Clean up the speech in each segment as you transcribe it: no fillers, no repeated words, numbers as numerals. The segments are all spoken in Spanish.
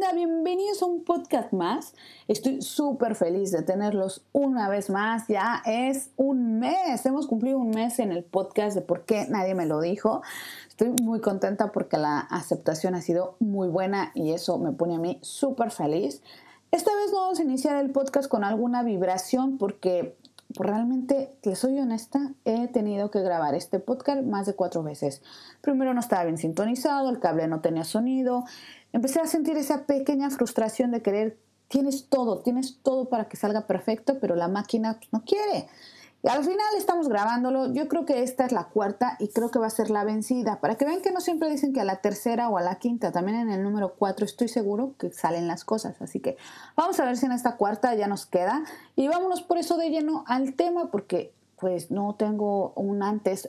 onda? Bienvenidos a un podcast más. Estoy súper feliz de tenerlos una vez más. Ya es un mes. Hemos cumplido un mes en el podcast de Por qué nadie me lo dijo. Estoy muy contenta porque la aceptación ha sido muy buena y eso me pone a mí súper feliz. Esta vez no vamos a iniciar el podcast con alguna vibración porque realmente, les soy honesta, he tenido que grabar este podcast más de 4 veces. Primero no estaba bien sintonizado, el cable no tenía sonido. Empecé a sentir esa pequeña frustración de querer, tienes todo para que salga perfecto, pero la máquina no quiere. Y al final estamos grabándolo. Yo creo que esta es la cuarta y creo que va a ser la vencida. Para que vean que no siempre dicen que a la tercera o a la quinta, también en el número 4 estoy seguro que salen las cosas. Así que vamos a ver si en esta cuarta ya nos queda. Y vámonos por eso de lleno al tema porque pues no tengo un antes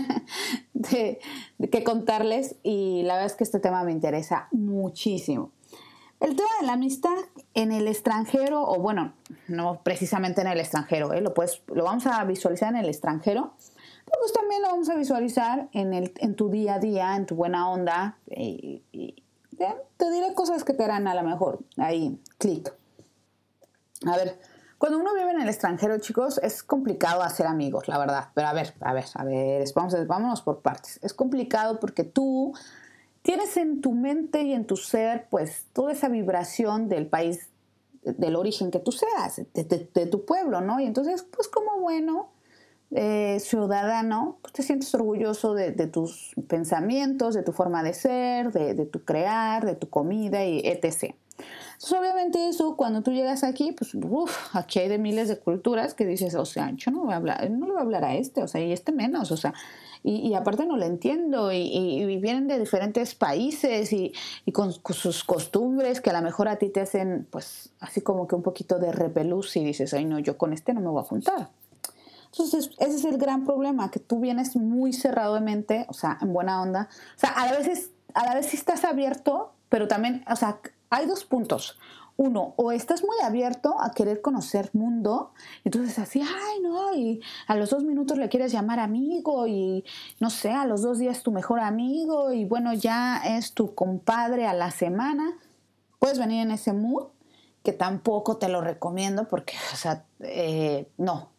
de que contarles y la verdad es que este tema me interesa muchísimo. El tema de la amistad en el extranjero, o bueno, no precisamente en el extranjero, lo vamos a visualizar en el extranjero, pero pues también lo vamos a visualizar en tu día a día, en tu buena onda, y te diré cosas que te harán a lo mejor ahí, clic. A ver, cuando uno vive en el extranjero, chicos, es complicado hacer amigos, la verdad, pero vámonos por partes. Es complicado porque tú tienes en tu mente y en tu ser, pues, toda esa vibración del país, del origen que tú seas, de tu pueblo, ¿no? Y entonces, pues, como bueno ciudadano, pues te sientes orgulloso de tus pensamientos, de tu forma de ser, de tu crear, de tu comida y etc. Entonces, obviamente eso, cuando tú llegas aquí, pues, aquí hay de miles de culturas que dices, o sea, yo no le voy a hablar a este, o sea, y este menos, o sea, y aparte no lo entiendo, y vienen de diferentes países y con sus costumbres que a lo mejor a ti te hacen, pues, así como que un poquito de repelús y dices, ay, no, yo con este no me voy a juntar. Entonces, ese es el gran problema, que tú vienes muy cerrado de mente, o sea, en buena onda. O sea, a la vez sí estás abierto, pero también, o sea, hay 2 puntos. Uno, o estás muy abierto a querer conocer mundo, y entonces así, ay, no, y a los 2 minutos le quieres llamar amigo, y no sé, a los 2 días tu mejor amigo, y bueno, ya es tu compadre a la semana. Puedes venir en ese mood, que tampoco te lo recomiendo, porque, o sea, no.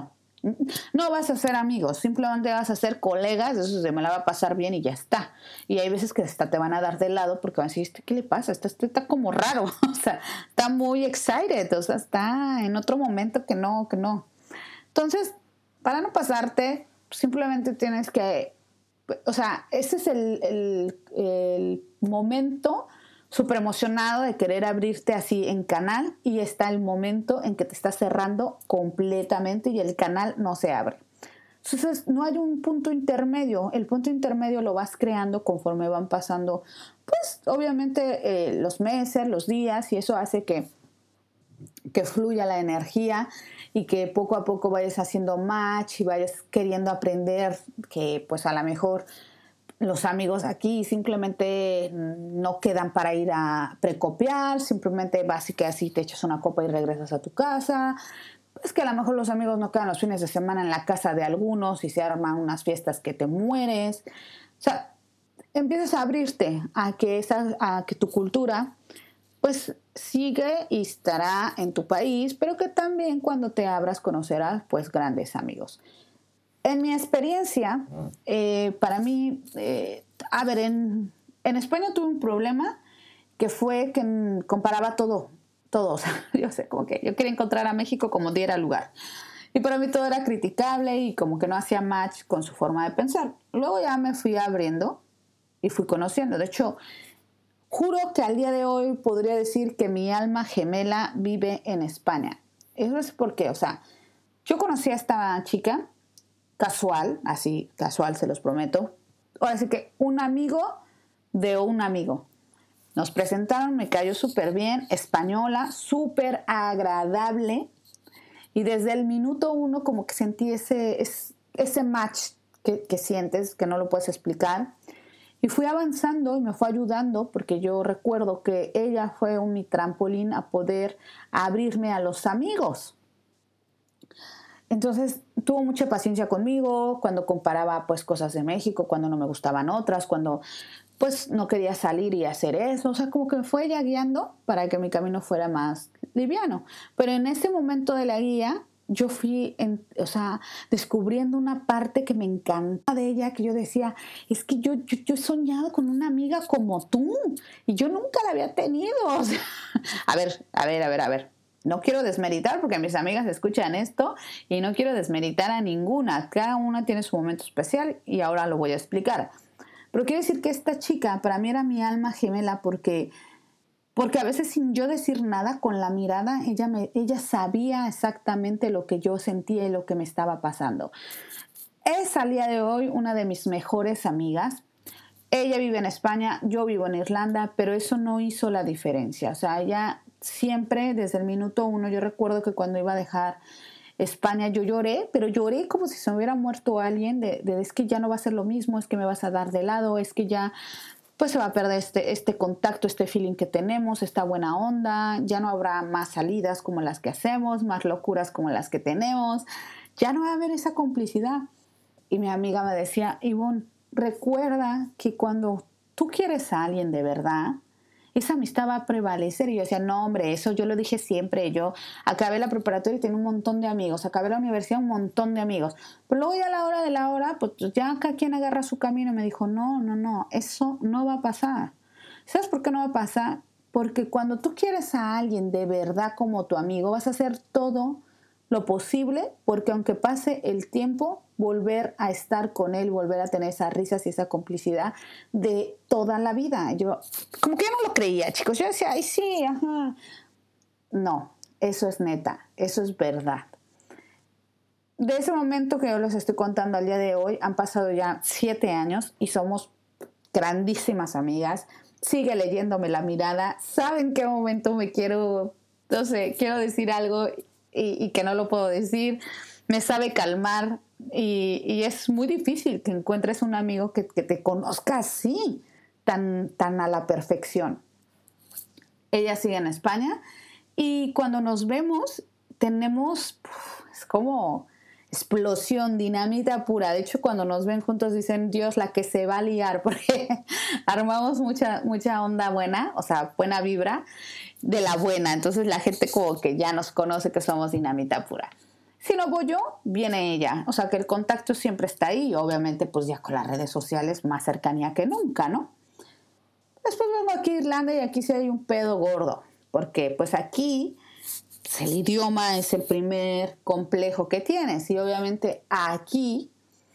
No vas a ser amigos, simplemente vas a ser colegas, eso se me la va a pasar bien y ya está. Y hay veces que hasta te van a dar de lado porque van a decir, ¿qué le pasa? Este está como raro, o sea, está muy excited, o sea, está en otro momento que no. Entonces, para no pasarte, simplemente tienes que, o sea, ese es el momento súper emocionado de querer abrirte así en canal y está el momento en que te estás cerrando completamente y el canal no se abre. Entonces no hay un punto intermedio, el punto intermedio lo vas creando conforme van pasando, pues obviamente los meses, los días y eso hace que fluya la energía y que poco a poco vayas haciendo match y vayas queriendo aprender que pues a lo mejor los amigos aquí simplemente no quedan para ir a precopiar, simplemente vas y que así te echas una copa y regresas a tu casa. Es que a lo mejor los amigos no quedan los fines de semana en la casa de algunos y se arman unas fiestas que te mueres. O sea, empiezas a abrirte a que tu cultura pues sigue y estará en tu país, pero que también cuando te abras conocerás pues grandes amigos. En mi experiencia, para mí, a ver, en España tuve un problema que fue que comparaba todo, o sea, yo sé, como que yo quería encontrar a México como diera lugar. Y para mí todo era criticable y como que no hacía match con su forma de pensar. Luego ya me fui abriendo y fui conociendo. De hecho, juro que al día de hoy podría decir que mi alma gemela vive en España. Eso es porque, o sea, yo conocí a esta chica casual, así casual se los prometo. Ahora sí que un amigo de un amigo. Nos presentaron, me cayó súper bien, española, súper agradable. Y desde el minuto 1 como que sentí ese match que sientes, que no lo puedes explicar. Y fui avanzando y me fue ayudando porque yo recuerdo que ella fue mi trampolín a poder abrirme a los amigos. Entonces tuvo mucha paciencia conmigo cuando comparaba pues cosas de México, cuando no me gustaban otras, cuando pues no quería salir y hacer eso. O sea, como que me fue ya guiando para que mi camino fuera más liviano. Pero en ese momento de la guía, yo fui, o sea, descubriendo una parte que me encanta de ella, que yo decía, es que yo he soñado con una amiga como tú y yo nunca la había tenido. O sea, a ver. No quiero desmeritar porque mis amigas escuchan esto y no quiero desmeritar a ninguna. Cada una tiene su momento especial y ahora lo voy a explicar. Pero quiero decir que esta chica para mí era mi alma gemela porque a veces sin yo decir nada, con la mirada, ella sabía exactamente lo que yo sentía y lo que me estaba pasando. Es al día de hoy una de mis mejores amigas. Ella vive en España, yo vivo en Irlanda, pero eso no hizo la diferencia. O sea, ella siempre, desde el minuto uno, yo recuerdo que cuando iba a dejar España yo lloré, pero lloré como si se me hubiera muerto alguien, es que ya no va a ser lo mismo, es que me vas a dar de lado, es que ya pues se va a perder este contacto, este feeling que tenemos, esta buena onda, ya no habrá más salidas como las que hacemos, más locuras como las que tenemos, ya no va a haber esa complicidad. Y mi amiga me decía, Ivonne, recuerda que cuando tú quieres a alguien de verdad, esa amistad va a prevalecer. Y yo decía, no, hombre, eso yo lo dije siempre. Yo acabé la preparatoria y tenía un montón de amigos. Acabé la universidad, un montón de amigos. Pero luego ya a la hora de la hora, pues ya cada quien agarra su camino. Y me dijo, no, eso no va a pasar. ¿Sabes por qué no va a pasar? Porque cuando tú quieres a alguien de verdad como tu amigo, vas a hacer todo lo posible, porque aunque pase el tiempo, volver a estar con él, volver a tener esas risas y esa complicidad de toda la vida. Yo, como que yo no lo creía, chicos. Yo decía, ay, sí, ajá. No, eso es neta, eso es verdad. De ese momento que yo les estoy contando al día de hoy, han pasado ya 7 años y somos grandísimas amigas. Sigue leyéndome la mirada, sabe en qué momento me quiero, no sé, quiero decir algo y que no lo puedo decir, me sabe calmar y es muy difícil que encuentres un amigo que te conozca así, tan a la perfección. Ella sigue en España y cuando nos vemos tenemos, es como explosión, dinamita pura. De hecho, cuando nos ven juntos dicen, Dios, la que se va a liar, porque armamos mucha onda buena, o sea, buena vibra de la buena. Entonces la gente como que ya nos conoce que somos dinamita pura. Si no voy yo, viene ella. O sea, que el contacto siempre está ahí y obviamente pues ya con las redes sociales más cercanía que nunca, ¿no? Después vengo aquí a Irlanda y aquí sí hay un pedo gordo, porque pues aquí el idioma es el primer complejo que tienes y obviamente aquí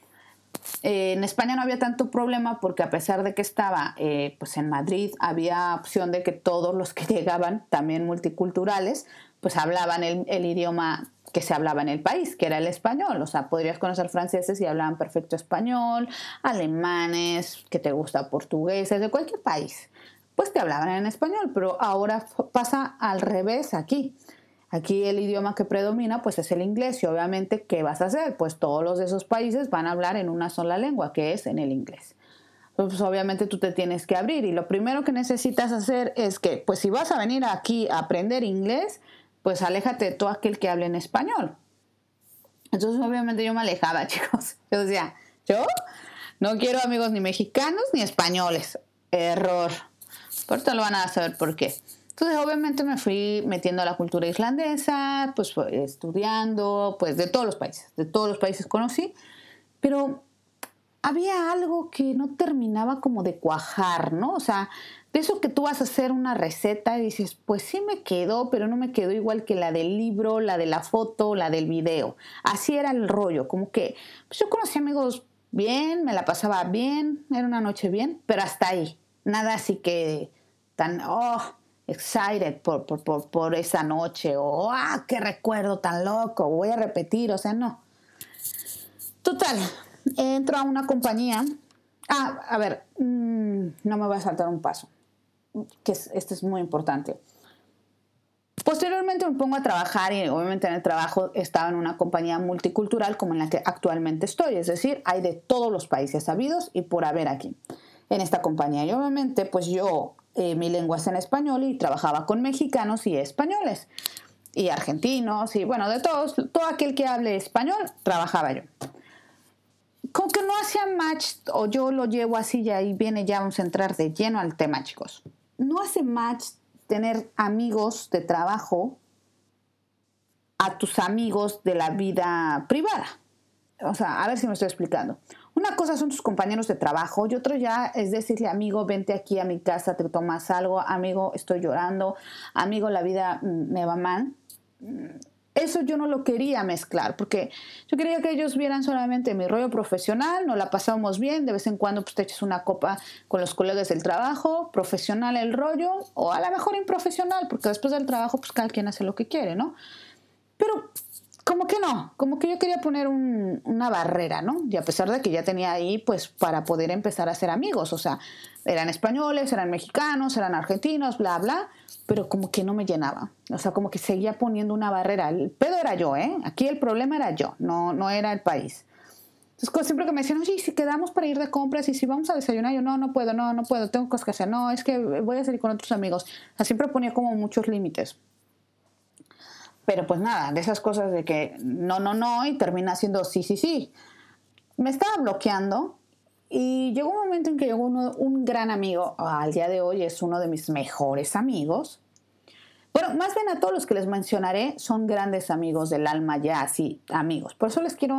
en España no había tanto problema porque a pesar de que estaba pues en Madrid había opción de que todos los que llegaban, también multiculturales, pues hablaban el idioma que se hablaba en el país, que era el español. O sea, podrías conocer franceses y hablaban perfecto español, alemanes, que te gusta portugueses, de cualquier país, pues te hablaban en español, pero ahora pasa al revés aquí. Aquí el idioma que predomina pues es el inglés y obviamente ¿qué vas a hacer? Pues todos los de esos países van a hablar en una sola lengua, que es en el inglés. Pues obviamente tú te tienes que abrir y lo primero que necesitas hacer es que pues si vas a venir aquí a aprender inglés, pues aléjate de todo aquel que hable en español. Entonces obviamente yo me alejaba, chicos. Yo decía, yo no quiero amigos ni mexicanos ni españoles. Error. Por eso lo van a saber por qué. Entonces, obviamente me fui metiendo a la cultura islandesa, pues estudiando, pues de todos los países conocí, pero había algo que no terminaba como de cuajar, ¿no? O sea, de eso que tú vas a hacer una receta y dices, pues sí me quedó, pero no me quedó igual que la del libro, la de la foto, la del video. Así era el rollo, como que pues yo conocí amigos bien, me la pasaba bien, era una noche bien, pero hasta ahí. Nada así que tan, excited por esa noche, o qué recuerdo tan loco, voy a repetir, o sea, no. Total, entro a una compañía. A ver, no me voy a saltar un paso, que este es muy importante. Posteriormente me pongo a trabajar y obviamente en el trabajo estaba en una compañía multicultural como en la que actualmente estoy, es decir, hay de todos los países habidos y por haber aquí en esta compañía. Y obviamente pues yo mi lengua es en español y trabajaba con mexicanos y españoles y argentinos y bueno, de todos, todo aquel que hable español trabajaba yo. como que no hacía match, o yo lo llevo así y ahí viene, ya vamos a entrar de lleno al tema, chicos. No hace match tener amigos de trabajo a tus amigos de la vida privada. O sea, a ver si me estoy explicando. Una cosa son tus compañeros de trabajo y otro ya es decirle, amigo, vente aquí a mi casa, te tomas algo, amigo, estoy llorando, amigo, la vida me va mal. Eso yo no lo quería mezclar, porque yo quería que ellos vieran solamente mi rollo profesional, nos la pasamos bien, de vez en cuando pues te echas una copa con los colegas del trabajo, profesional el rollo, o a lo mejor improfesional, porque después del trabajo pues cada quien hace lo que quiere, ¿no? Pero como que no, como que yo quería poner una barrera, ¿no? Y a pesar de que ya tenía ahí, pues, para poder empezar a ser amigos, o sea, eran españoles, eran mexicanos, eran argentinos, bla, bla, pero como que no me llenaba, o sea, como que seguía poniendo una barrera. El pedo era yo, ¿eh? Aquí el problema era yo, no era el país. Entonces, siempre que me decían, oye, si quedamos para ir de compras y si vamos a desayunar, yo, no puedo, tengo cosas que hacer, no, es que voy a salir con otros amigos. O sea, siempre ponía como muchos límites. Pero pues nada, de esas cosas de que no, y termina siendo sí. Me estaba bloqueando y llegó un momento en que llegó un gran amigo, al día de hoy es uno de mis mejores amigos. Bueno, más bien a todos los que les mencionaré son grandes amigos del alma ya, así, amigos. Por eso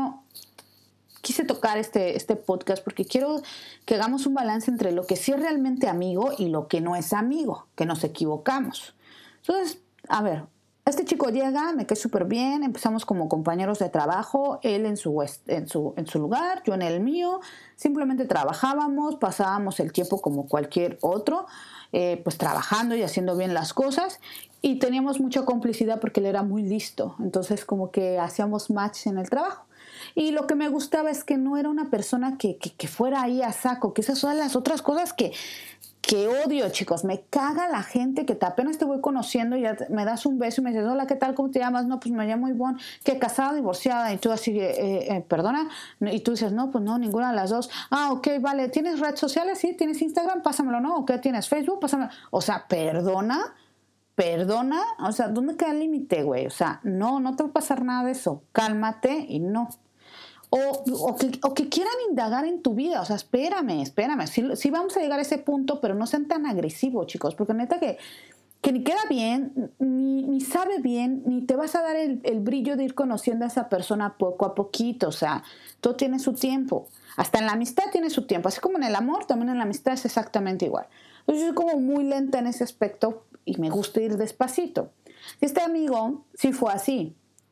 quise tocar este podcast porque quiero que hagamos un balance entre lo que sí es realmente amigo y lo que no es amigo, que nos equivocamos. Entonces, a ver, este chico llega, me cae súper bien, empezamos como compañeros de trabajo, él en su lugar, yo en el mío, simplemente trabajábamos, pasábamos el tiempo como cualquier otro, pues trabajando y haciendo bien las cosas, y teníamos mucha complicidad porque él era muy listo, entonces como que hacíamos match en el trabajo. Y lo que me gustaba es que no era una persona que fuera ahí a saco, que esas son las otras cosas que odio, chicos. Me caga la gente que apenas te voy conociendo y ya me das un beso y me dices, hola, ¿qué tal? ¿Cómo te llamas? No, pues me llamo Ivonne, que casada, divorciada, y tú así, perdona, y tú dices, no, pues no, ninguna de las dos. Ah, ok, vale, ¿tienes redes sociales? Sí, ¿tienes Instagram? Pásamelo, ¿no? ¿O qué tienes? ¿Facebook? Pásamelo. O sea, perdona, o sea, ¿dónde queda el límite, güey? O sea, no te va a pasar nada de eso, cálmate y no. O que quieran indagar en tu vida, o sea, espérame, sí vamos a llegar a ese punto, pero no sean tan agresivos, chicos, porque neta que ni queda bien, ni sabe bien, ni te vas a dar el brillo de ir conociendo a esa persona poco a poquito, o sea, todo tiene su tiempo, hasta en la amistad tiene su tiempo, así como en el amor, también en la amistad es exactamente igual. Entonces yo soy como muy lenta en ese aspecto y me gusta ir despacito. Este amigo sí fue así.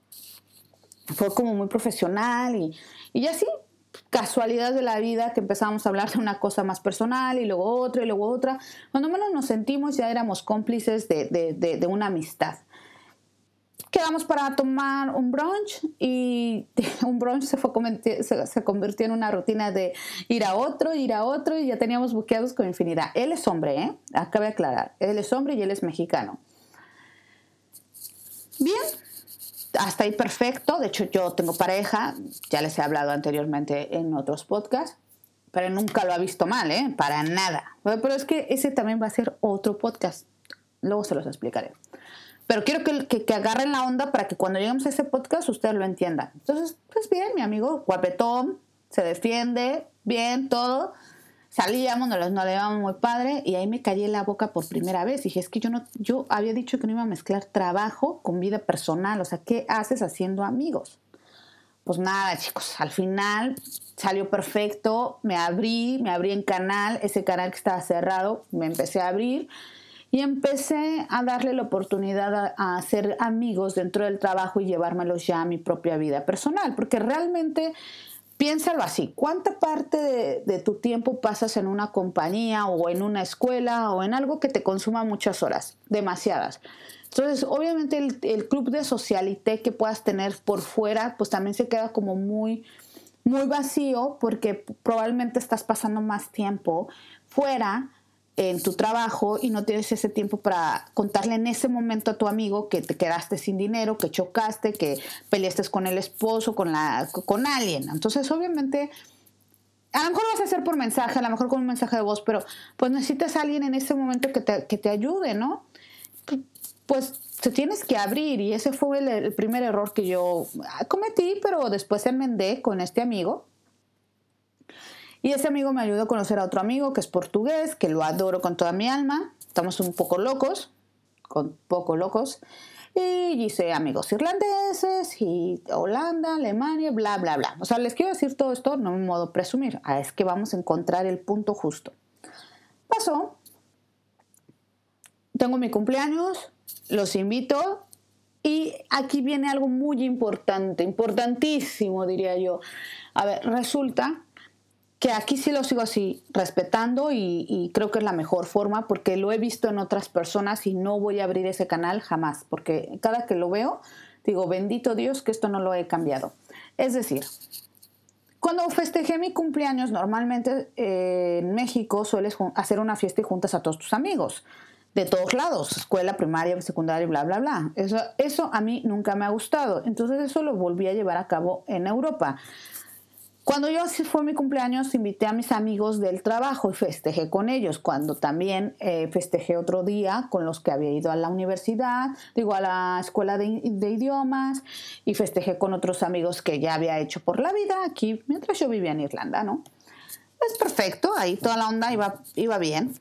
Fue como muy profesional y así, casualidad de la vida que empezamos a hablar de una cosa más personal y luego otra. Cuando menos nos sentimos ya éramos cómplices de una amistad. Quedamos para tomar un brunch y un brunch se convirtió en una rutina de ir a otro y ya teníamos buqueados con infinidad. Él es hombre, ¿eh? Cabe aclarar, él es hombre y él es mexicano. Bien. Hasta ahí perfecto, de hecho yo tengo pareja, ya les he hablado anteriormente en otros podcasts, pero nunca lo ha visto mal, para nada. Pero es que ese también va a ser otro podcast, luego se los explicaré. Pero quiero que agarren la onda para que cuando lleguemos a ese podcast ustedes lo entiendan. Entonces, pues bien, mi amigo guapetón, se defiende, bien, todo. Salíamos, nos le llevábamos muy padre y ahí me callé la boca por primera vez. Dije, es que yo había dicho que no iba a mezclar trabajo con vida personal. O sea, ¿qué haces haciendo amigos? Pues nada, chicos, al final salió perfecto. Me abrí en canal, ese canal que estaba cerrado, me empecé a abrir y empecé a darle la oportunidad a hacer amigos dentro del trabajo y llevármelos ya a mi propia vida personal. Porque realmente... Piénsalo así, ¿cuánta parte de tu tiempo pasas en una compañía o en una escuela o en algo que te consuma muchas horas? Demasiadas. Entonces, obviamente el club de socialité que puedas tener por fuera, pues también se queda como muy, muy vacío porque probablemente estás pasando más tiempo fuera en tu trabajo y no tienes ese tiempo para contarle en ese momento a tu amigo que te quedaste sin dinero, que chocaste, que peleaste con el esposo, con alguien. Entonces, obviamente, a lo mejor vas a hacer por mensaje, a lo mejor con un mensaje de voz, pero pues necesitas a alguien en ese momento que te ayude, ¿no? Pues te tienes que abrir y ese fue el primer error que yo cometí, pero después enmendé con este amigo. Y ese amigo me ayudó a conocer a otro amigo que es portugués, que lo adoro con toda mi alma. Estamos un poco locos, Y hice amigos irlandeses y Holanda, Alemania, bla, bla, bla. O sea, les quiero decir todo esto, no me modo presumir. Es que vamos a encontrar el punto justo. Pasó. Tengo mi cumpleaños, los invito. Y aquí viene algo muy importante, importantísimo, diría yo. A ver, resulta que aquí sí lo sigo así, respetando y creo que es la mejor forma porque lo he visto en otras personas y no voy a abrir ese canal jamás, porque cada que lo veo, digo, bendito Dios que esto no lo he cambiado. Es decir, cuando festejé mi cumpleaños, normalmente en México sueles hacer una fiesta y juntas a todos tus amigos, de todos lados, escuela, primaria, secundaria, bla, bla, bla. Eso a mí nunca me ha gustado, entonces eso lo volví a llevar a cabo en Europa. Cuando yo así fue mi cumpleaños, invité a mis amigos del trabajo y festejé con ellos. Cuando también festejé otro día con los que había ido a la universidad, a la escuela de idiomas, y festejé con otros amigos que ya había hecho por la vida aquí, mientras yo vivía en Irlanda, ¿no? Es perfecto, ahí toda la onda iba bien,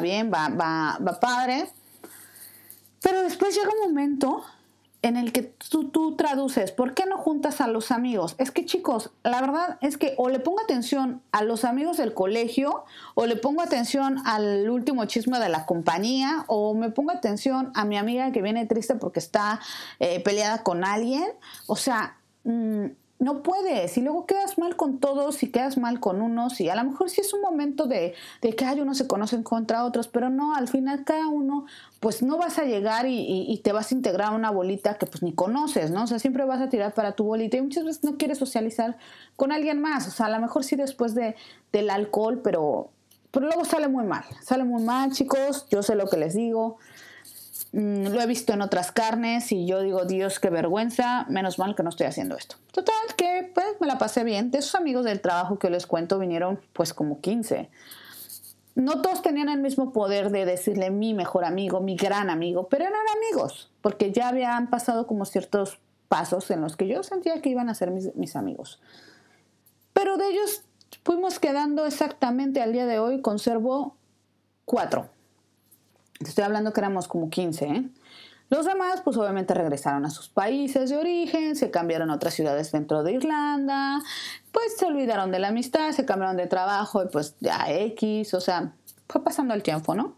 va padre. Pero después llega un momento en el que tú traduces, ¿por qué no juntas a los amigos? Es que, chicos, la verdad es que o le pongo atención a los amigos del colegio, o le pongo atención al último chisme de la compañía, o me pongo atención a mi amiga que viene triste porque está peleada con alguien. O sea, no puedes, y luego quedas mal con todos y quedas mal con unos, y a lo mejor sí es un momento de que unos se conocen contra otros, pero no, al final cada uno, pues no vas a llegar y te vas a integrar a una bolita que pues ni conoces, ¿no? O sea, siempre vas a tirar para tu bolita y muchas veces no quieres socializar con alguien más. O sea, a lo mejor sí después del alcohol, pero luego sale muy mal, chicos, yo sé lo que les digo. Lo he visto en otras carnes y yo digo, Dios, qué vergüenza, menos mal que no estoy haciendo esto. Total, que pues me la pasé bien. De esos amigos del trabajo que les cuento vinieron pues como 15. No todos tenían el mismo poder de decirle mi mejor amigo, mi gran amigo, pero eran amigos, porque ya habían pasado como ciertos pasos en los que yo sentía que iban a ser mis amigos. Pero de ellos fuimos quedando exactamente al día de hoy, conservo 4. Te estoy hablando que éramos como 15, ¿eh? Los demás, pues obviamente regresaron a sus países de origen, se cambiaron a otras ciudades dentro de Irlanda, pues se olvidaron de la amistad, se cambiaron de trabajo y pues ya X, o sea, fue pasando el tiempo, ¿no?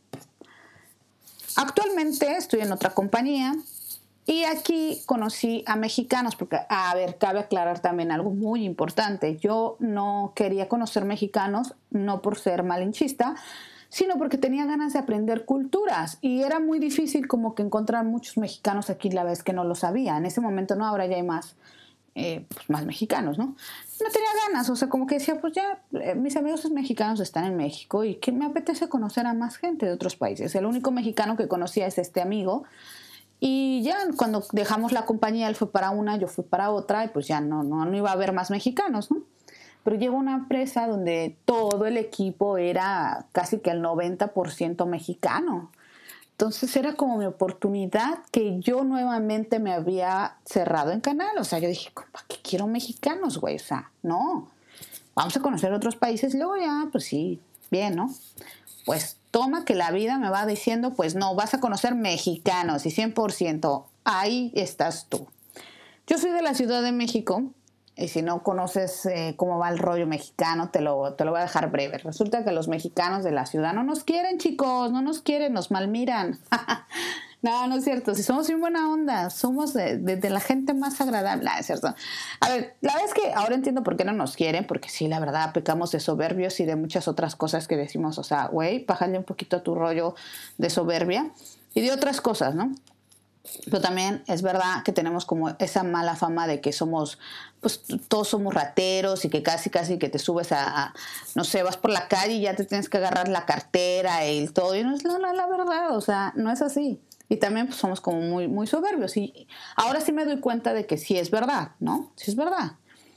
Actualmente estoy en otra compañía y aquí conocí a mexicanos, porque, a ver, cabe aclarar también algo muy importante. Yo no quería conocer mexicanos, no por ser malinchista, sino porque tenía ganas de aprender culturas y era muy difícil como que encontrar muchos mexicanos aquí la vez que no lo sabía. En ese momento no, ahora ya hay más, pues más mexicanos, ¿no? No tenía ganas, o sea, como que decía, pues ya, mis amigos mexicanos están en México y que me apetece conocer a más gente de otros países. El único mexicano que conocía es este amigo y ya cuando dejamos la compañía, él fue para una, yo fui para otra y pues ya no iba a haber más mexicanos, ¿no? Pero llegó una empresa donde todo el equipo era casi que el 90% mexicano. Entonces era como mi oportunidad que yo nuevamente me había cerrado en canal. O sea, yo dije, ¿para qué quiero mexicanos, güey? O sea, no. Vamos a conocer otros países y luego ya, pues sí, bien, ¿no? Pues toma que la vida me va diciendo, pues no, vas a conocer mexicanos y 100%. Ahí estás tú. Yo soy de la Ciudad de México. Y si no conoces cómo va el rollo mexicano, te lo voy a dejar breve. Resulta que los mexicanos de la ciudad no nos quieren, chicos, no nos quieren, nos malmiran. No es cierto. Si somos bien buena onda, somos de la gente más agradable. Es cierto. A ver, la verdad es que ahora entiendo por qué no nos quieren, porque sí, la verdad, pecamos de soberbios y de muchas otras cosas que decimos. O sea, güey, bájale un poquito a tu rollo de soberbia y de otras cosas, ¿no? Pero también es verdad que tenemos como esa mala fama de que somos, pues todos somos rateros y que casi que te subes no sé, vas por la calle y ya te tienes que agarrar la cartera y todo. Y no es la verdad, o sea, no es así. Y también pues, somos como muy, muy soberbios. Y ahora sí me doy cuenta de que sí es verdad, ¿no? Sí es verdad.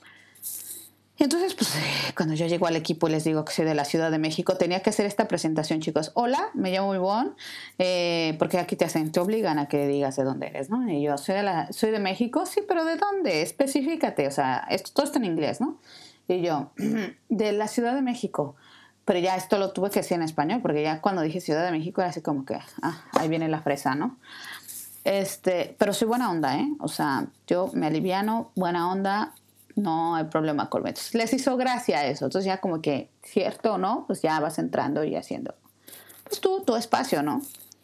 Y entonces, pues, cuando yo llego al equipo y les digo que soy de la Ciudad de México, tenía que hacer esta presentación, chicos. Hola, me llamo Ivonne, porque aquí te obligan a que digas de dónde eres, ¿no? Y yo soy de México, sí, pero ¿de dónde? Especifícate, o sea, todo está en inglés, ¿no? Y yo, de la Ciudad de México. Pero ya esto lo tuve que decir en español, porque ya cuando dije Ciudad de México era así como que, ahí viene la fresa, ¿no? Pero soy buena onda, ¿eh? O sea, yo me aliviano, buena onda, no hay problema conmigo. Entonces, les hizo gracia eso. Entonces ya como que, cierto o no, pues ya vas entrando y haciendo, pues tu espacio, ¿no?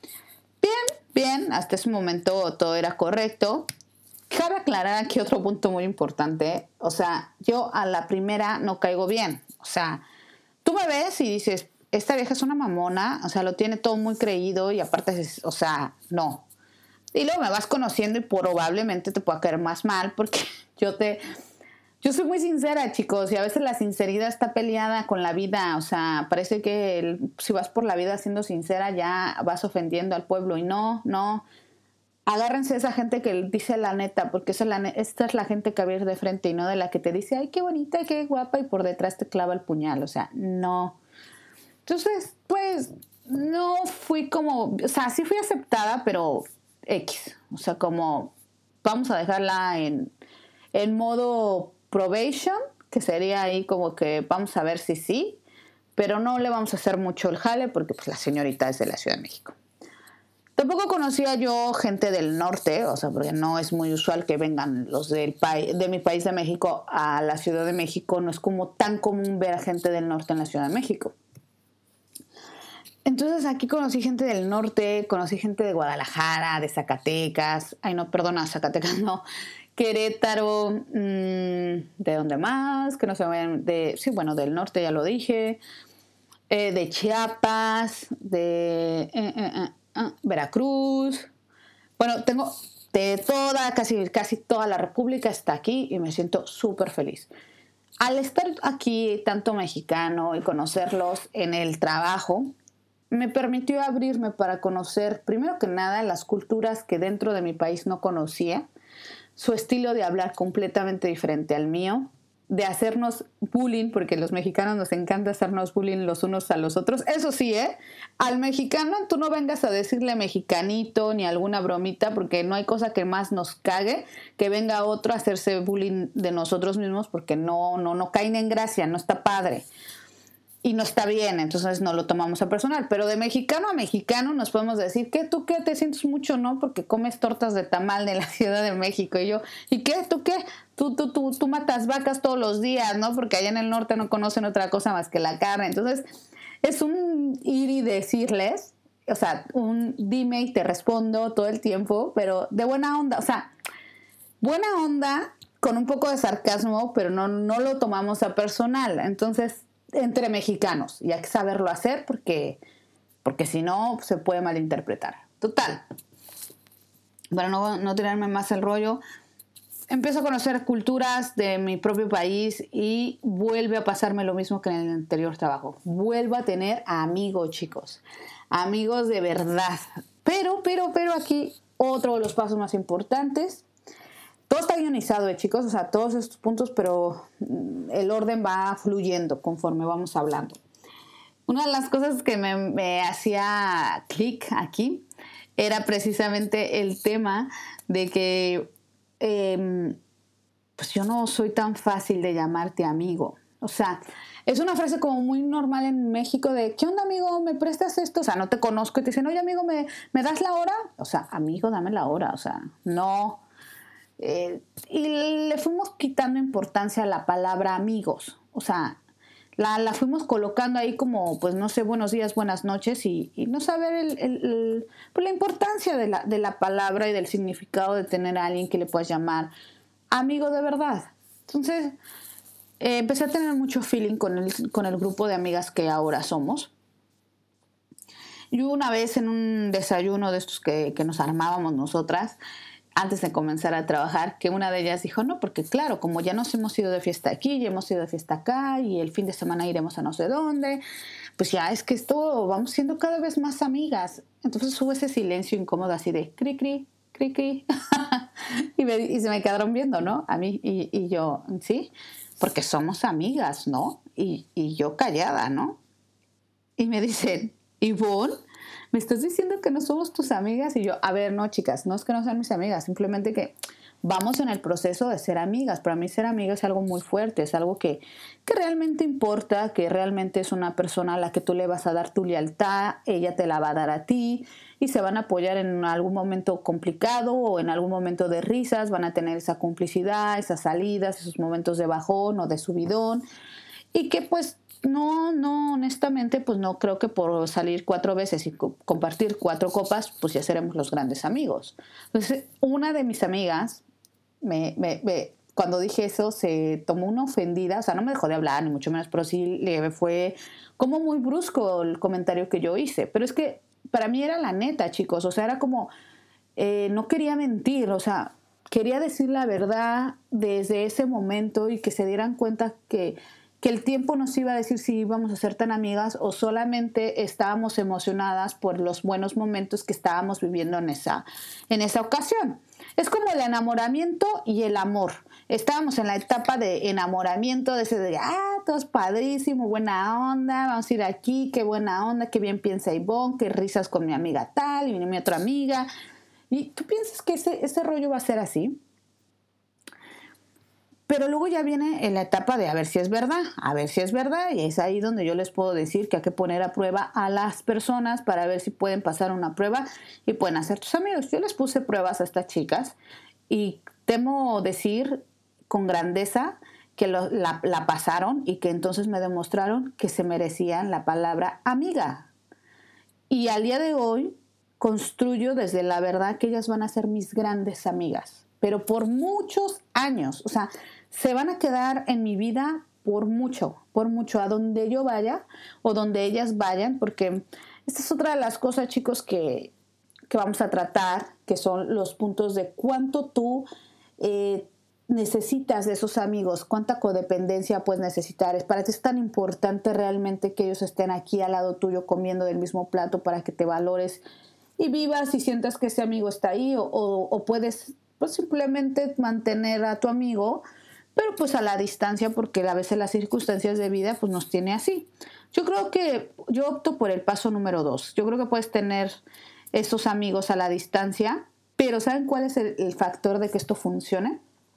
Bien, hasta ese momento todo era correcto. Cabe aclarar aquí otro punto muy importante. O sea, yo a la primera no caigo bien. O sea, tú me ves y dices, esta vieja es una mamona, o sea, lo tiene todo muy creído y aparte, o sea, no. Y luego me vas conociendo y probablemente te pueda caer más mal porque yo soy muy sincera, chicos, y a veces la sinceridad está peleada con la vida. O sea, parece que si vas por la vida siendo sincera ya vas ofendiendo al pueblo. Y no. Agárrense a esa gente que dice la neta, porque esta es la gente que va a ir de frente y no de la que te dice, ay, qué bonita, qué guapa, y por detrás te clava el puñal. O sea, no. Entonces, pues, no fui como, o sea, sí fui aceptada, pero X. O sea, como, vamos a dejarla en modo probation, que sería ahí como que vamos a ver si sí, pero no le vamos a hacer mucho el jale porque pues la señorita es de la Ciudad de México. Tampoco conocía yo gente del norte, o sea, porque no es muy usual que vengan los de mi país de México a la Ciudad de México. No es como tan común ver a gente del norte en la Ciudad de México. Entonces aquí conocí gente del norte, conocí gente de Guadalajara, de Zacatecas, Zacatecas no, Querétaro, ¿de dónde más? Que no se vayan, del norte ya lo dije, de Chiapas, de Veracruz. Bueno, tengo de casi toda la República está aquí y me siento súper feliz. Al estar aquí tanto mexicano y conocerlos en el trabajo, me permitió abrirme para conocer, primero que nada, las culturas que dentro de mi país no conocía, su estilo de hablar completamente diferente al mío, de hacernos bullying, porque los mexicanos nos encanta hacernos bullying los unos a los otros. Eso sí, al mexicano tú no vengas a decirle mexicanito ni alguna bromita, porque no hay cosa que más nos cague que venga otro a hacerse bullying de nosotros mismos, porque no caen en gracia, no está padre. Y no está bien, entonces no lo tomamos a personal. Pero de mexicano a mexicano nos podemos decir, ¿tú qué? ¿Te sientes mucho, no? Porque comes tortas de tamal de la Ciudad de México. Y yo, ¿y qué? ¿Tú qué? Tú matas vacas todos los días, ¿no? Porque allá en el norte no conocen otra cosa más que la carne. Entonces, es un ir y decirles, o sea, un dime y te respondo todo el tiempo, pero de buena onda. O sea, buena onda con un poco de sarcasmo, pero no lo tomamos a personal. Entonces, entre mexicanos, y hay que saberlo hacer porque si no se puede malinterpretar. Total, para no tirarme más el rollo, empiezo a conocer culturas de mi propio país y vuelve a pasarme lo mismo que en el anterior trabajo. Vuelvo a tener amigos, chicos, amigos de verdad. Pero aquí otro de los pasos más importantes. Todo está guionizado, chicos, o sea, todos estos puntos, pero el orden va fluyendo conforme vamos hablando. Una de las cosas que me hacía clic aquí era precisamente el tema de que pues yo no soy tan fácil de llamarte amigo. O sea, es una frase como muy normal en México de, ¿qué onda, amigo? ¿Me prestas esto? O sea, no te conozco y te dicen, oye, amigo, ¿me das la hora? O sea, amigo, dame la hora. O sea, no. Y le fuimos quitando importancia a la palabra amigos. O sea, la fuimos colocando ahí como, pues no sé, buenos días, buenas noches y no saber pues la importancia de la palabra y del significado de tener a alguien que le puedas llamar amigo de verdad. Entonces, empecé a tener mucho feeling con el grupo de amigas que ahora somos. Y una vez en un desayuno de estos que nos armábamos nosotras, antes de comenzar a trabajar, que una de ellas dijo, no, porque claro, como ya nos hemos ido de fiesta aquí, ya hemos ido de fiesta acá, y el fin de semana iremos a no sé dónde, pues ya es que esto, vamos siendo cada vez más amigas. Entonces hubo ese silencio incómodo así de cri, cri, cri, cri. y se me quedaron viendo, ¿no? A mí, y yo, sí, porque somos amigas, ¿no? Y yo callada, ¿no? Y me dicen, Ivonne, ¿me estás diciendo que no somos tus amigas? Y yo, a ver, no, chicas, no es que no sean mis amigas, simplemente que vamos en el proceso de ser amigas. Para mí ser amiga es algo muy fuerte, es algo que realmente importa, que realmente es una persona a la que tú le vas a dar tu lealtad, ella te la va a dar a ti y se van a apoyar en algún momento complicado o en algún momento de risas, van a tener esa complicidad, esas salidas, esos momentos de bajón o de subidón y que pues no, honestamente, pues no creo que por salir 4 veces y compartir 4 copas, pues ya seremos los grandes amigos. Entonces, una de mis amigas, cuando dije eso, se tomó una ofendida, o sea, no me dejó de hablar, ni mucho menos, pero sí le fue como muy brusco el comentario que yo hice. Pero es que para mí era la neta, chicos, o sea, era como, no quería mentir, o sea, quería decir la verdad desde ese momento y que se dieran cuenta que el tiempo nos iba a decir si íbamos a ser tan amigas o solamente estábamos emocionadas por los buenos momentos que estábamos viviendo en esa ocasión. Es como el enamoramiento y el amor. Estábamos en la etapa de enamoramiento, de ese de, todo es padrísimo, buena onda, vamos a ir aquí, qué buena onda, qué bien piensa Ivonne, qué risas con mi amiga tal y mi otra amiga. ¿Y tú piensas que ese rollo va a ser así? Pero luego ya viene en la etapa de a ver si es verdad, y es ahí donde yo les puedo decir que hay que poner a prueba a las personas para ver si pueden pasar una prueba y pueden hacer tus amigos. Yo les puse pruebas a estas chicas y temo decir con grandeza que la pasaron y que entonces me demostraron que se merecían la palabra amiga. Y al día de hoy construyo desde la verdad que ellas van a ser mis grandes amigas, pero por muchos años, o sea, se van a quedar en mi vida por mucho, a donde yo vaya o donde ellas vayan, porque esta es otra de las cosas, chicos, que vamos a tratar, que son los puntos de cuánto tú necesitas de esos amigos, cuánta codependencia puedes necesitar. Para ti es tan importante realmente que ellos estén aquí al lado tuyo comiendo del mismo plato para que te valores y vivas y sientas que ese amigo está ahí o puedes pues simplemente mantener a tu amigo pero pues a la distancia porque a veces las circunstancias de vida pues nos tiene así. Yo creo que yo opto por el paso número 2. Yo creo que puedes tener esos amigos a la distancia, pero ¿saben cuál es el factor de que esto funcione?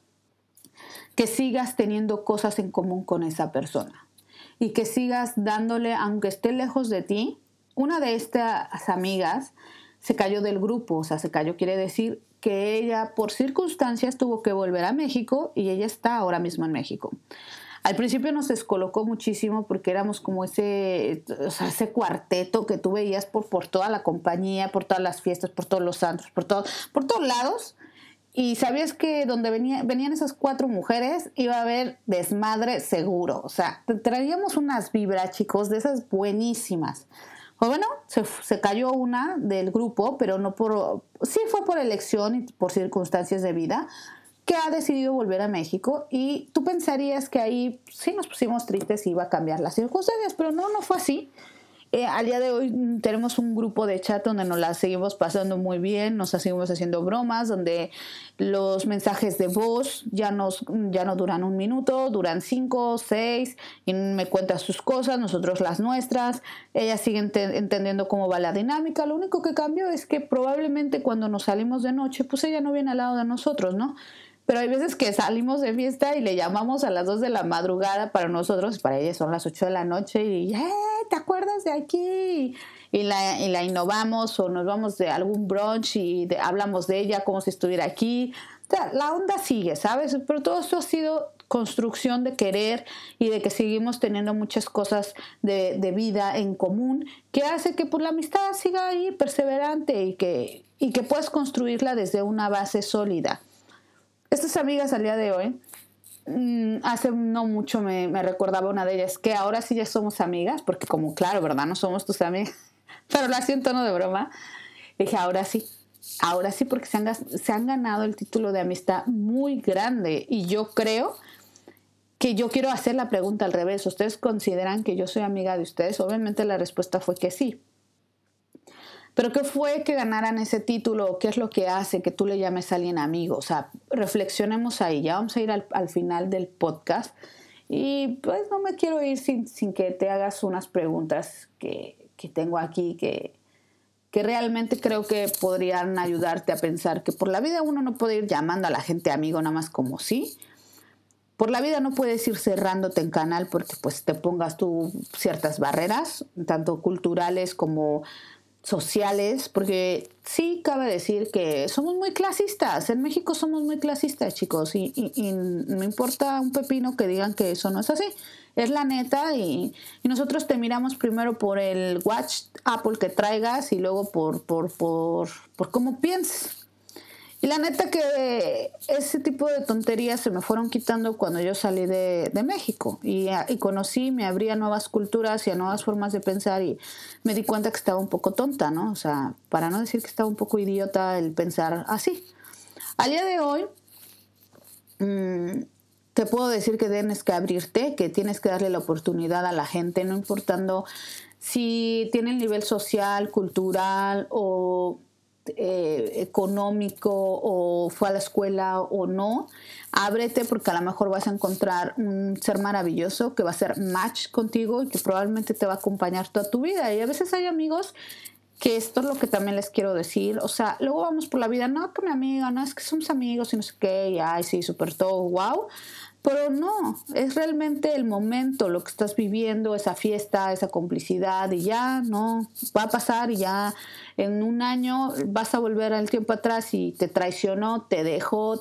Que sigas teniendo cosas en común con esa persona y que sigas dándole, aunque esté lejos de ti. Una de estas amigas se cayó del grupo, o sea, se cayó quiere decir que ella por circunstancias tuvo que volver a México y ella está ahora mismo en México. Al principio nos descolocó muchísimo porque éramos como ese cuarteto que tú veías por toda la compañía, por todas las fiestas, por todos los santos, por todos lados. Y sabías que donde venían esas 4 mujeres iba a haber desmadre seguro. O sea, traíamos unas vibras, chicos, de esas buenísimas. Pues bueno, se cayó una del grupo, pero sí fue por elección y por circunstancias de vida, que ha decidido volver a México. Y tú pensarías que ahí sí nos pusimos tristes y iba a cambiar las circunstancias, pero no fue así. Al día de hoy tenemos un grupo de chat donde nos la seguimos pasando muy bien, nos seguimos haciendo bromas, donde los mensajes de voz ya no duran 1 minuto, duran 5, 6, y me cuenta sus cosas, nosotros las nuestras, ella sigue entendiendo cómo va la dinámica. Lo único que cambió es que probablemente cuando nos salimos de noche, pues ella no viene al lado de nosotros, ¿no? Pero hay veces que salimos de fiesta y le llamamos a las 2 de la madrugada para nosotros, para ella son las 8 de la noche y ¿te acuerdas de aquí? Y la innovamos o nos vamos de algún brunch y hablamos de ella como si estuviera aquí. O sea, la onda sigue, ¿sabes? Pero todo esto ha sido construcción de querer y de que seguimos teniendo muchas cosas de vida en común que hace que pues, la amistad siga ahí perseverante y que puedas construirla desde una base sólida. Estas amigas al día de hoy, hace no mucho me recordaba una de ellas, que ahora sí ya somos amigas, porque como claro, ¿verdad? No somos tus amigas, pero lo hacía en tono de broma. Dije, ahora sí porque se han ganado el título de amistad muy grande y yo creo que yo quiero hacer la pregunta al revés. ¿Ustedes consideran que yo soy amiga de ustedes? Obviamente la respuesta fue que sí. ¿Pero qué fue que ganaran ese título? ¿Qué es lo que hace que tú le llames a alguien amigo? O sea, reflexionemos ahí. Ya vamos a ir al final del podcast. Y pues no me quiero ir sin que te hagas unas preguntas que tengo aquí que que realmente creo que podrían ayudarte a pensar que por la vida uno no puede ir llamando a la gente amigo nada más como sí. Por la vida no puedes ir cerrándote en canal porque pues te pongas tú ciertas barreras, tanto culturales como sociales, porque sí cabe decir que somos muy clasistas. En México somos muy clasistas, chicos, y no importa un pepino que digan que eso no es así. Es la neta y nosotros te miramos primero por el Watch Apple que traigas y luego por cómo piensas. Y la neta que ese tipo de tonterías se me fueron quitando cuando yo salí de México y conocí, me abrí a nuevas culturas y a nuevas formas de pensar y me di cuenta que estaba un poco tonta, ¿no? O sea, para no decir que estaba un poco idiota el pensar así. Al día de hoy, te puedo decir que tienes que abrirte, que tienes que darle la oportunidad a la gente, no importando si tiene el nivel social, cultural o económico o fue a la escuela o no. Ábrete porque a lo mejor vas a encontrar un ser maravilloso que va a ser match contigo y que probablemente te va a acompañar toda tu vida. Y a veces hay amigos que esto es lo que también les quiero decir, o sea, luego vamos por la vida, no, que mi amiga, no, es que somos amigos y no sé qué, y ay, sí, súper todo, wow, pero no, es realmente el momento, lo que estás viviendo, esa fiesta, esa complicidad, y ya, no, va a pasar y ya en un año vas a volver al tiempo atrás y te traicionó, te dejó,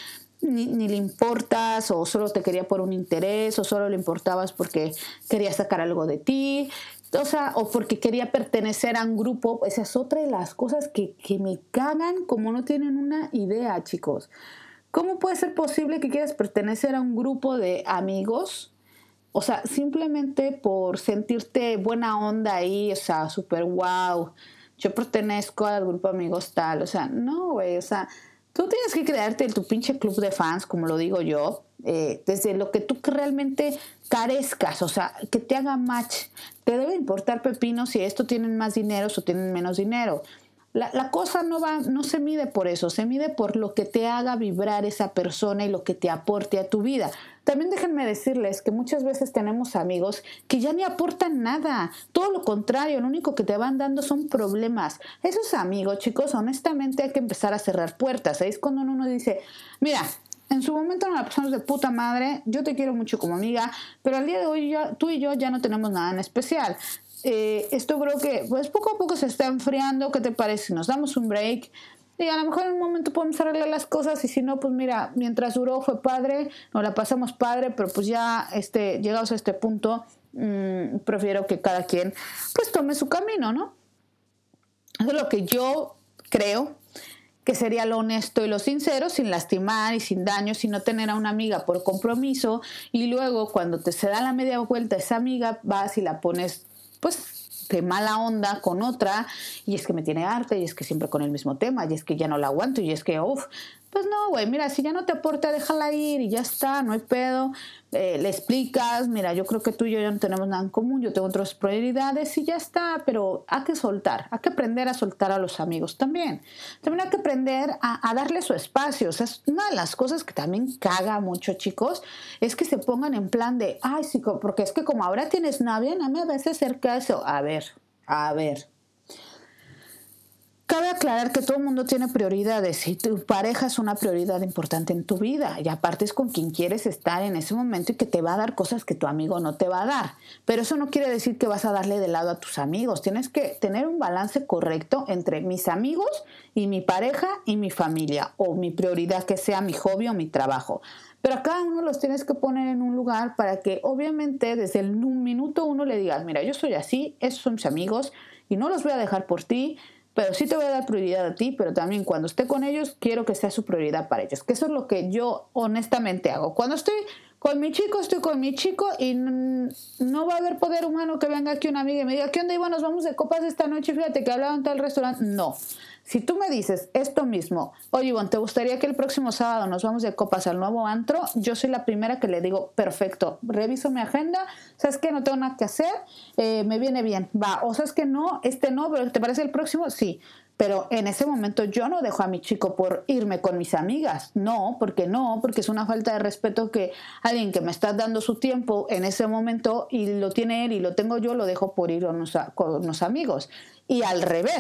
ni le importas o solo te quería por un interés o solo le importabas porque quería sacar algo de ti, o sea, o porque quería pertenecer a un grupo. Esa es otra de las cosas que me cagan como no tienen una idea, chicos. ¿Cómo puede ser posible que quieras pertenecer a un grupo de amigos? O sea, simplemente por sentirte buena onda ahí, o sea, súper wow, yo pertenezco al grupo de amigos tal, o sea, no, güey, o sea, tú tienes que crearte tu pinche club de fans, como lo digo yo, desde lo que tú realmente carezcas, o sea, que te haga match. Te debe importar pepino si esto tienen más dinero o tienen menos dinero. La cosa no se mide por eso, se mide por lo que te haga vibrar esa persona y lo que te aporte a tu vida. También déjenme decirles que muchas veces tenemos amigos que ya ni aportan nada, todo lo contrario, lo único que te van dando son problemas. Esos amigos, chicos, honestamente hay que empezar a cerrar puertas. Ahí es cuando uno dice, mira, en su momento nos la pasamos de puta madre, yo te quiero mucho como amiga, pero al día de hoy tú y yo ya no tenemos nada en especial. Esto creo que pues poco a poco se está enfriando. ¿Qué te parece? Nos damos un break y a lo mejor en un momento podemos arreglar las cosas y si no, pues mira, mientras duró fue padre, nos la pasamos padre, pero pues ya llegados a este punto, prefiero que cada quien pues tome su camino, ¿no? Eso es lo que yo creo que sería lo honesto y lo sincero, sin lastimar y sin daño, sin no tener a una amiga por compromiso y luego cuando se da la media vuelta esa amiga vas y la pones pues de mala onda con otra y es que me tiene harta y es que siempre con el mismo tema y es que ya no la aguanto y es que pues no, güey, mira, si ya no te aporta, déjala ir y ya está, no hay pedo. Le explicas, mira, yo creo que tú y yo ya no tenemos nada en común, yo tengo otras prioridades y ya está, pero hay que soltar, hay que aprender a soltar a los amigos también. También hay que aprender a darle su espacio. O sea, es una de las cosas que también caga mucho, chicos, es que se pongan en plan de, ay, sí, porque es que como ahora tienes novia, no me vas a hacer caso. A ver. Cabe aclarar que todo el mundo tiene prioridades y tu pareja es una prioridad importante en tu vida y aparte es con quien quieres estar en ese momento y que te va a dar cosas que tu amigo no te va a dar. Pero eso no quiere decir que vas a darle de lado a tus amigos. Tienes que tener un balance correcto entre mis amigos y mi pareja y mi familia o mi prioridad que sea mi hobby o mi trabajo. Pero a cada uno los tienes que poner en un lugar para que obviamente desde el minuto uno le digas, mira, yo soy así, esos son mis amigos y no los voy a dejar por ti. Pero sí te voy a dar prioridad a ti, pero también cuando esté con ellos, quiero que sea su prioridad para ellos. Que eso es lo que yo honestamente hago. Cuando estoy con mi chico y no va a haber poder humano que venga aquí una amiga y me diga, ¿qué onda, Iván? Nos vamos de copas esta noche, fíjate que hablaban en tal restaurante. No. Si tú me dices esto mismo, oye, Iván, ¿te gustaría que el próximo sábado nos vamos de copas al nuevo antro? Yo soy la primera que le digo, perfecto, reviso mi agenda, ¿sabes qué? No tengo nada que hacer, me viene bien, va, o sabes que no, no, pero ¿te parece el próximo? Sí, pero en ese momento yo no dejo a mi chico por irme con mis amigas, no, porque es una falta de respeto que alguien que me está dando su tiempo en ese momento y lo tiene él y lo tengo yo, lo dejo por ir con unos amigos. Y al revés,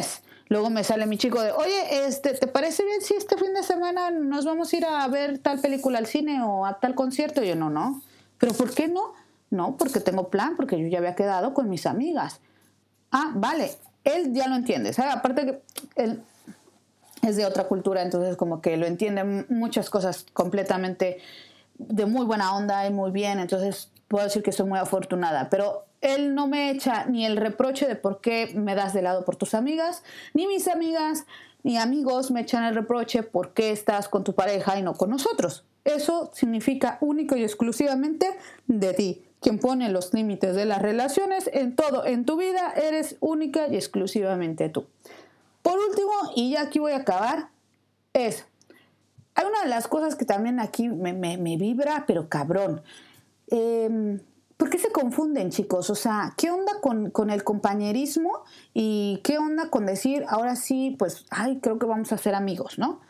Luego me sale mi chico de, oye, ¿te parece bien si este fin de semana nos vamos a ir a ver tal película al cine o a tal concierto? Y yo, no. ¿Pero por qué no? No, porque tengo plan, porque yo ya había quedado con mis amigas. Ah, vale. Él ya lo entiende, ¿sabes? Aparte que él es de otra cultura, entonces como que lo entiende muchas cosas completamente de muy buena onda y muy bien, entonces puedo decir que soy muy afortunada, pero él no me echa ni el reproche de por qué me das de lado por tus amigas, ni mis amigas ni amigos me echan el reproche por qué estás con tu pareja y no con nosotros. Eso significa único y exclusivamente de ti. Quien pone los límites de las relaciones en todo en tu vida eres única y exclusivamente tú. Por último, y ya aquí voy a acabar, hay una de las cosas que también aquí me vibra, pero cabrón. ¿Por qué se confunden, chicos? O sea, ¿qué onda con el compañerismo? ¿Y qué onda con decir, ahora sí, pues, creo que vamos a ser amigos, ¿no?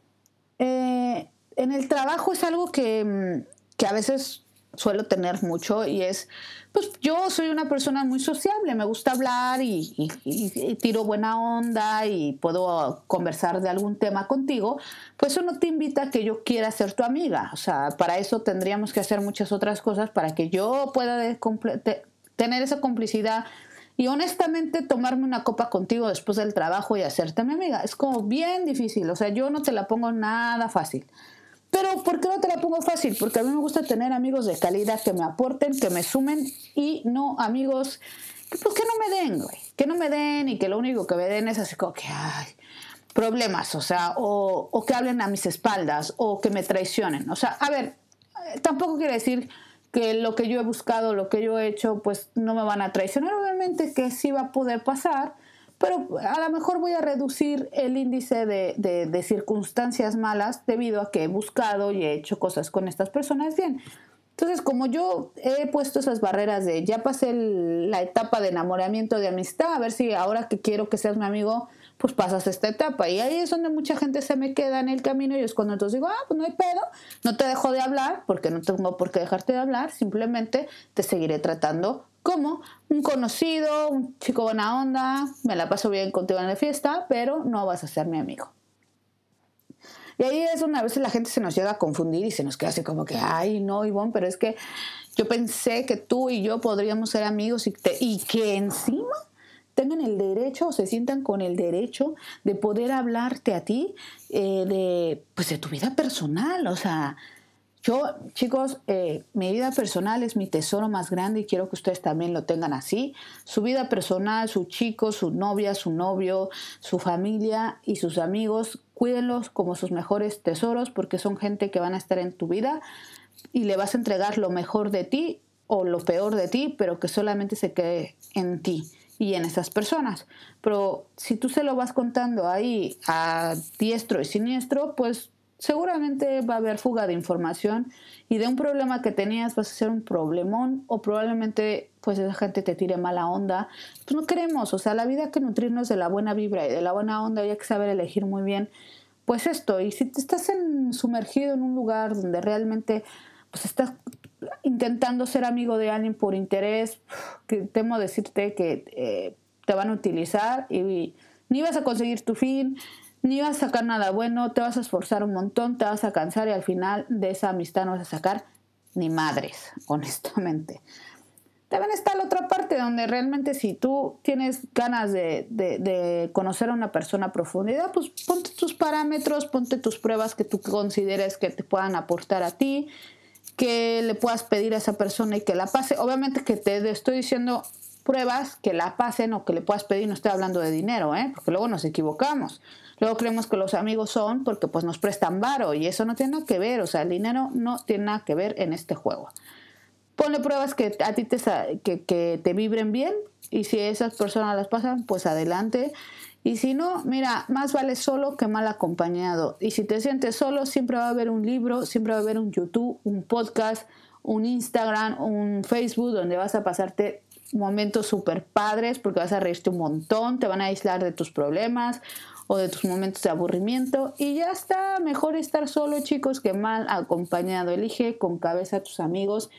En el trabajo es algo que a veces suelo tener mucho y es, pues yo soy una persona muy sociable, me gusta hablar y tiro buena onda y puedo conversar de algún tema contigo, pues eso no te invita a que yo quiera ser tu amiga, o sea, para eso tendríamos que hacer muchas otras cosas para que yo pueda tener esa complicidad y honestamente tomarme una copa contigo después del trabajo y hacerte mi amiga. Es como bien difícil, o sea, yo no te la pongo nada fácil. Pero ¿por qué no te la pongo fácil? Porque a mí me gusta tener amigos de calidad que me aporten, que me sumen y no amigos pues, que no me den, güey. Que no me den y que lo único que me den es así como que, problemas, o sea, o que hablen a mis espaldas o que me traicionen. O sea, a ver, tampoco quiere decir que lo que yo he buscado, lo que yo he hecho, pues no me van a traicionar. Obviamente que sí va a poder pasar, pero a lo mejor voy a reducir el índice de circunstancias malas debido a que he buscado y he hecho cosas con estas personas bien. Entonces, como yo he puesto esas barreras de ya pasé la etapa de enamoramiento, de amistad, a ver si ahora que quiero que seas mi amigo, pues pasas esta etapa. Y ahí es donde mucha gente se me queda en el camino y es cuando entonces digo, pues no hay pedo, no te dejo de hablar porque no tengo por qué dejarte de hablar, simplemente te seguiré tratando como un conocido, un chico buena onda, me la paso bien contigo en la fiesta, pero no vas a ser mi amigo. Y ahí es donde a veces la gente se nos llega a confundir y se nos queda así como que, no, Ivonne, pero es que yo pensé que tú y yo podríamos ser amigos y que encima tengan el derecho o se sientan con el derecho de poder hablarte a ti de tu vida personal. O sea, yo, chicos, mi vida personal es mi tesoro más grande y quiero que ustedes también lo tengan así. Su vida personal, su chico, su novia, su novio, su familia y sus amigos, cuídenlos como sus mejores tesoros porque son gente que van a estar en tu vida y le vas a entregar lo mejor de ti o lo peor de ti, pero que solamente se quede en ti y en esas personas. Pero si tú se lo vas contando ahí a diestro y siniestro, pues seguramente va a haber fuga de información y de un problema que tenías vas a hacer un problemón o probablemente pues esa gente te tire mala onda. Pues no queremos, o sea, la vida hay que nutrirnos de la buena vibra y de la buena onda y hay que saber elegir muy bien pues esto. Y si te estás sumergido en un lugar donde realmente pues estás intentando ser amigo de alguien por interés, que temo decirte que te van a utilizar y ni vas a conseguir tu fin, ni vas a sacar nada bueno, te vas a esforzar un montón, te vas a cansar y al final de esa amistad no vas a sacar ni madres, honestamente. También está la otra parte donde realmente si tú tienes ganas de conocer a una persona a profundidad, pues ponte tus parámetros, ponte tus pruebas que tú consideres que te puedan aportar a ti, que le puedas pedir a esa persona y que la pase. Obviamente que te estoy diciendo pruebas que la pasen o que le puedas pedir, no estoy hablando de dinero, porque luego nos equivocamos. Luego creemos que los amigos son porque pues nos prestan varo y eso no tiene nada que ver, o sea, el dinero no tiene nada que ver en este juego. Ponle pruebas que a ti que te vibren bien y si esas personas las pasan, pues adelante. Y si no, mira, más vale solo que mal acompañado. Y si te sientes solo, siempre va a haber un libro, siempre va a haber un YouTube, un podcast, un Instagram, un Facebook, donde vas a pasarte momentos súper padres porque vas a reírte un montón, te van a aislar de tus problemas o de tus momentos de aburrimiento y ya está. Mejor estar solo, chicos, que mal acompañado. Elige con cabeza a tus amigos. Y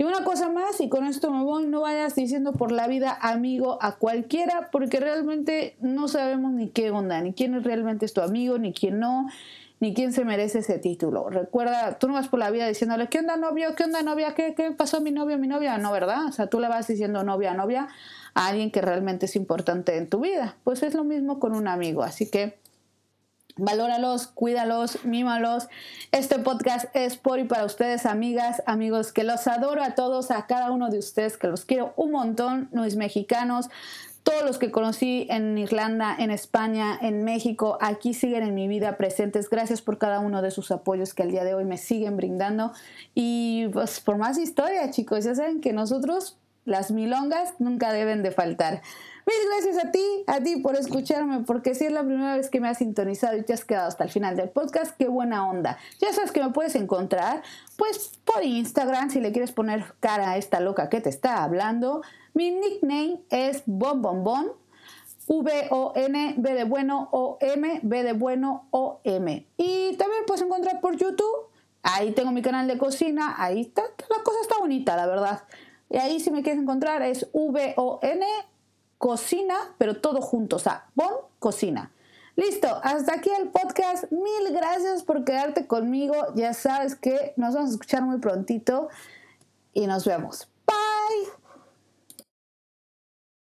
Y una cosa más, y con esto me voy, no vayas diciendo por la vida amigo a cualquiera, porque realmente no sabemos ni qué onda, ni quién realmente es tu amigo, ni quién no, ni quién se merece ese título. Recuerda, tú no vas por la vida diciéndole, ¿qué onda novio? ¿Qué onda novia? ¿Qué pasó mi novio, mi novia? No, ¿verdad? O sea, tú le vas diciendo novia a alguien que realmente es importante en tu vida. Pues es lo mismo con un amigo, así que valóralos, cuídalos, mímalos. Este podcast es por y para ustedes, amigas, amigos, que los adoro a todos, a cada uno de ustedes, que los quiero un montón, mis mexicanos, todos los que conocí en Irlanda, en España, en México, aquí siguen en mi vida presentes. Gracias por cada uno de sus apoyos que al día de hoy me siguen brindando. Y pues por más historia, chicos, ya saben que nosotros, las milongas, nunca deben de faltar. Mil gracias a ti por escucharme, porque si es la primera vez que me has sintonizado y te has quedado hasta el final del podcast, qué buena onda. Ya sabes que me puedes encontrar, pues, por Instagram, si le quieres poner cara a esta loca que te está hablando. Mi nickname es Bonbonbon, V-O-N, B de bueno, O-M, B de bueno, O-M. Y también puedes encontrar por YouTube. Ahí tengo mi canal de cocina, ahí está, la cosa está bonita, la verdad. Y ahí si me quieres encontrar es V-O-N, cocina, pero todo junto, o sea, Bon Cocina. Listo, hasta aquí el podcast. Mil gracias por quedarte conmigo. Ya sabes que nos vamos a escuchar muy prontito y nos vemos.